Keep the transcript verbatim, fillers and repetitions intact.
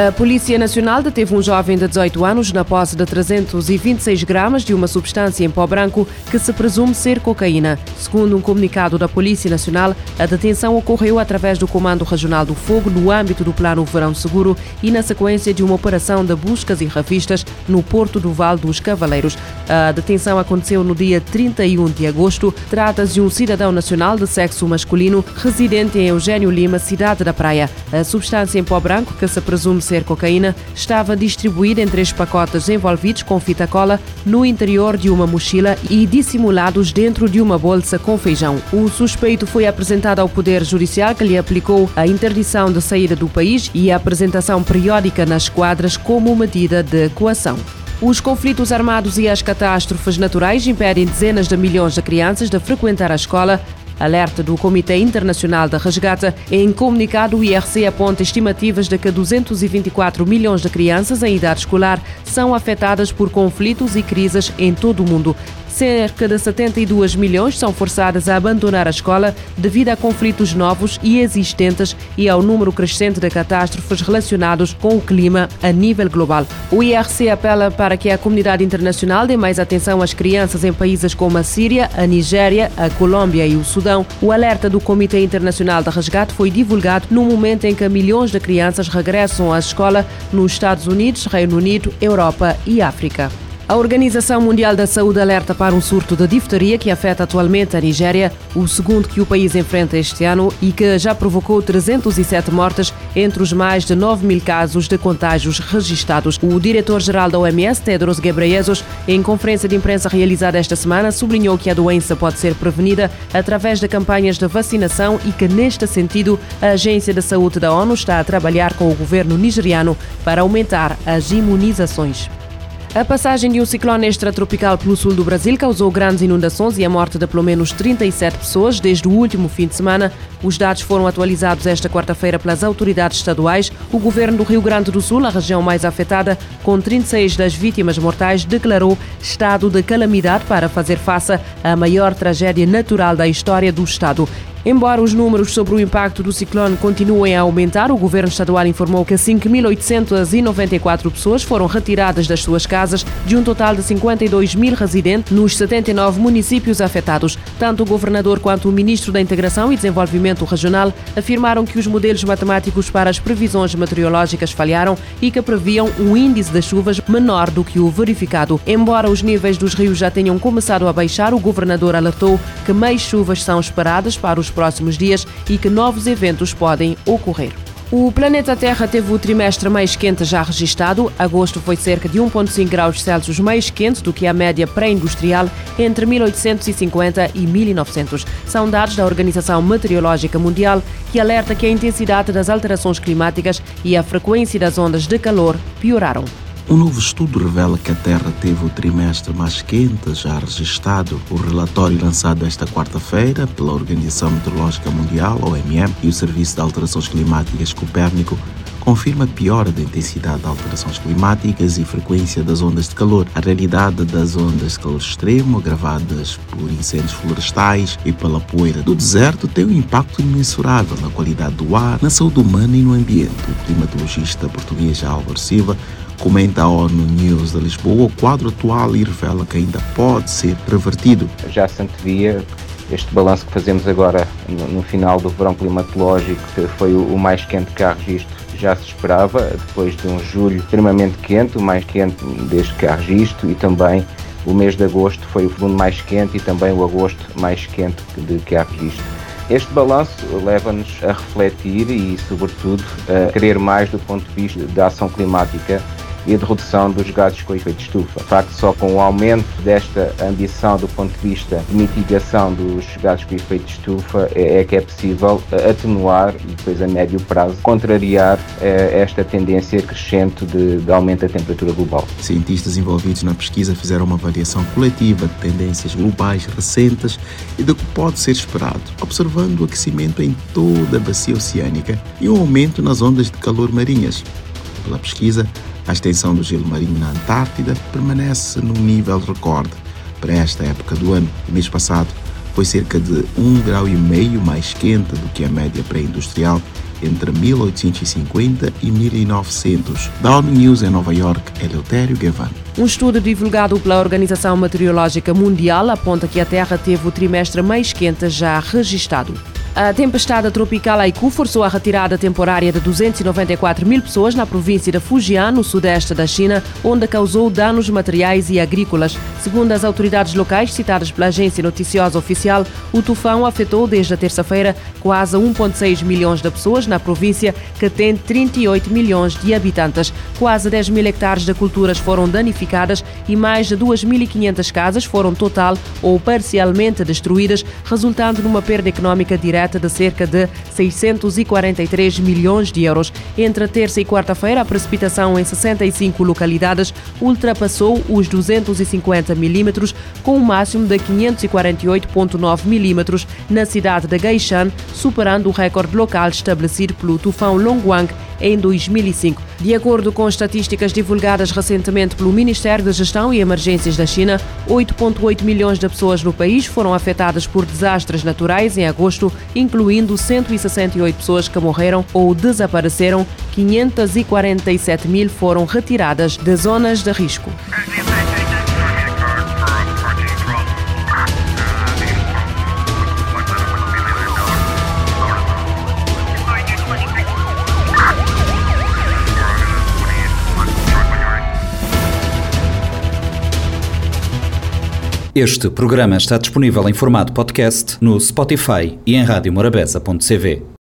A Polícia Nacional deteve um jovem de dezoito anos na posse de trezentos e vinte e seis gramas de uma substância em pó branco que se presume ser cocaína. Segundo um comunicado da Polícia Nacional, a detenção ocorreu através do Comando Regional do Fogo no âmbito do Plano Verão Seguro e na sequência de uma operação de buscas e revistas no Porto do Vale dos Cavaleiros. A detenção aconteceu no dia trinta e um de agosto. Trata-se de um cidadão nacional de sexo masculino residente em Eugênio Lima, cidade da Praia. A substância em pó branco, que se presume ser cocaína, estava distribuída em três pacotes envolvidos com fita cola no interior de uma mochila e dissimulados dentro de uma bolsa com feijão. O suspeito foi apresentado ao Poder Judicial, que lhe aplicou a interdição de saída do país e a apresentação periódica nas esquadras como medida de coação. Os conflitos armados e as catástrofes naturais impedem dezenas de milhões de crianças de frequentar a escola. Alerta do Comitê Internacional da Resgate. Em comunicado, o I R C aponta estimativas de que duzentos e vinte e quatro milhões de crianças em idade escolar são afetadas por conflitos e crises em todo o mundo. Cerca de setenta e dois milhões são forçadas a abandonar a escola devido a conflitos novos e existentes e ao número crescente de catástrofes relacionados com o clima a nível global. O I R C apela para que a comunidade internacional dê mais atenção às crianças em países como a Síria, a Nigéria, a Colômbia e o Sudão. O alerta do Comitê Internacional de Resgate foi divulgado no momento em que milhões de crianças regressam à escola nos Estados Unidos, Reino Unido, Europa e África. A Organização Mundial da Saúde alerta para um surto de difteria que afeta atualmente a Nigéria, o segundo que o país enfrenta este ano e que já provocou trezentas e sete mortes entre os mais de nove mil casos de contágios registados. O diretor-geral da O M S, Tedros Ghebreyesus, em conferência de imprensa realizada esta semana, sublinhou que a doença pode ser prevenida através de campanhas de vacinação e que, neste sentido, a Agência de Saúde da ONU está a trabalhar com o governo nigeriano para aumentar as imunizações. A passagem de um ciclone extratropical pelo sul do Brasil causou grandes inundações e a morte de pelo menos trinta e sete pessoas desde o último fim de semana. Os dados foram atualizados esta quarta-feira pelas autoridades estaduais. O governo do Rio Grande do Sul, a região mais afetada, com trinta e seis das vítimas mortais, declarou estado de calamidade para fazer face à maior tragédia natural da história do estado. Embora os números sobre o impacto do ciclone continuem a aumentar, o governo estadual informou que cinco mil oitocentas e noventa e quatro pessoas foram retiradas das suas casas, de um total de cinquenta e dois mil residentes nos setenta e nove municípios afetados. Tanto o governador quanto o ministro da Integração e Desenvolvimento Regional afirmaram que os modelos matemáticos para as previsões meteorológicas falharam e que previam um índice de chuvas menor do que o verificado. Embora os níveis dos rios já tenham começado a baixar, o governador alertou que mais chuvas são esperadas para os próximos dias e que novos eventos podem ocorrer. O planeta Terra teve o trimestre mais quente já registado. Agosto foi cerca de um vírgula cinco graus Celsius mais quente do que a média pré-industrial entre mil oitocentos e cinquenta e mil e novecentos. São dados da Organização Meteorológica Mundial, que alerta que a intensidade das alterações climáticas e a frequência das ondas de calor pioraram. Um novo estudo revela que a Terra teve o trimestre mais quente já registrado. O relatório lançado esta quarta-feira pela Organização Meteorológica Mundial, O M M, e o Serviço de Alterações Climáticas Copérnico confirma a piora da intensidade de alterações climáticas e frequência das ondas de calor. A realidade das ondas de calor extremo, agravadas por incêndios florestais e pela poeira do deserto, tem um impacto imensurável na qualidade do ar, na saúde humana e no ambiente. O climatologista português Álvaro Silva comenta a ONU News de Lisboa o quadro atual e revela que ainda pode ser revertido. Já se antevia este balanço que fazemos agora no, no final do verão climatológico, que foi o, o mais quente que há registro, já se esperava, depois de um julho extremamente quente, o mais quente desde que há registro, e também o mês de agosto foi o segundo mais quente e também o agosto mais quente de que há registro. Este balanço leva-nos a refletir e, sobretudo, a querer mais do ponto de vista da ação climática e de redução dos gases com efeito de estufa. De facto, só com o aumento desta ambição do ponto de vista de mitigação dos gases com efeito de estufa é, é que é possível atenuar e depois a médio prazo contrariar eh, esta tendência crescente de, de aumento da temperatura global. Cientistas envolvidos na pesquisa fizeram uma avaliação coletiva de tendências globais recentes e do que pode ser esperado, observando o aquecimento em toda a bacia oceânica e um aumento nas ondas de calor marinhas. Pela pesquisa, a extensão do gelo marinho na Antártida permanece num nível recorde para esta época do ano. O mês passado foi cerca de um grau e meio mais quente do que a média pré-industrial, entre mil oitocentos e cinquenta e mil e novecentos. Da ONU News em Nova York, Eleutério Gavan. Um estudo divulgado pela Organização Meteorológica Mundial aponta que a Terra teve o trimestre mais quente já registado. A tempestade tropical Haiku forçou a retirada temporária de duzentos e noventa e quatro mil pessoas na província de Fujian, no sudeste da China, onde causou danos materiais e agrícolas. Segundo as autoridades locais citadas pela agência noticiosa oficial, o tufão afetou desde a terça-feira quase um vírgula seis milhões de pessoas na província, que tem trinta e oito milhões de habitantes. Quase dez mil hectares de culturas foram danificadas e mais de duas mil e quinhentas casas foram total ou parcialmente destruídas, resultando numa perda económica direta de cerca de seiscentos e quarenta e três milhões de euros. Entre a terça e quarta-feira, a precipitação em sessenta e cinco localidades ultrapassou os duzentos e cinquenta milímetros, com um máximo de quinhentos e quarenta e oito vírgula nove milímetros na cidade de Gaishan, superando o recorde local estabelecido pelo tufão Longguang em dois mil e cinco. De acordo com estatísticas divulgadas recentemente pelo Ministério da Gestão e Emergências da China, oito vírgula oito milhões de pessoas no país foram afetadas por desastres naturais em agosto, incluindo cento e sessenta e oito pessoas que morreram ou desapareceram. quinhentos e quarenta e sete mil foram retiradas de zonas de risco. Este programa está disponível em formato podcast no Spotify e em rádio morabeza ponto c v.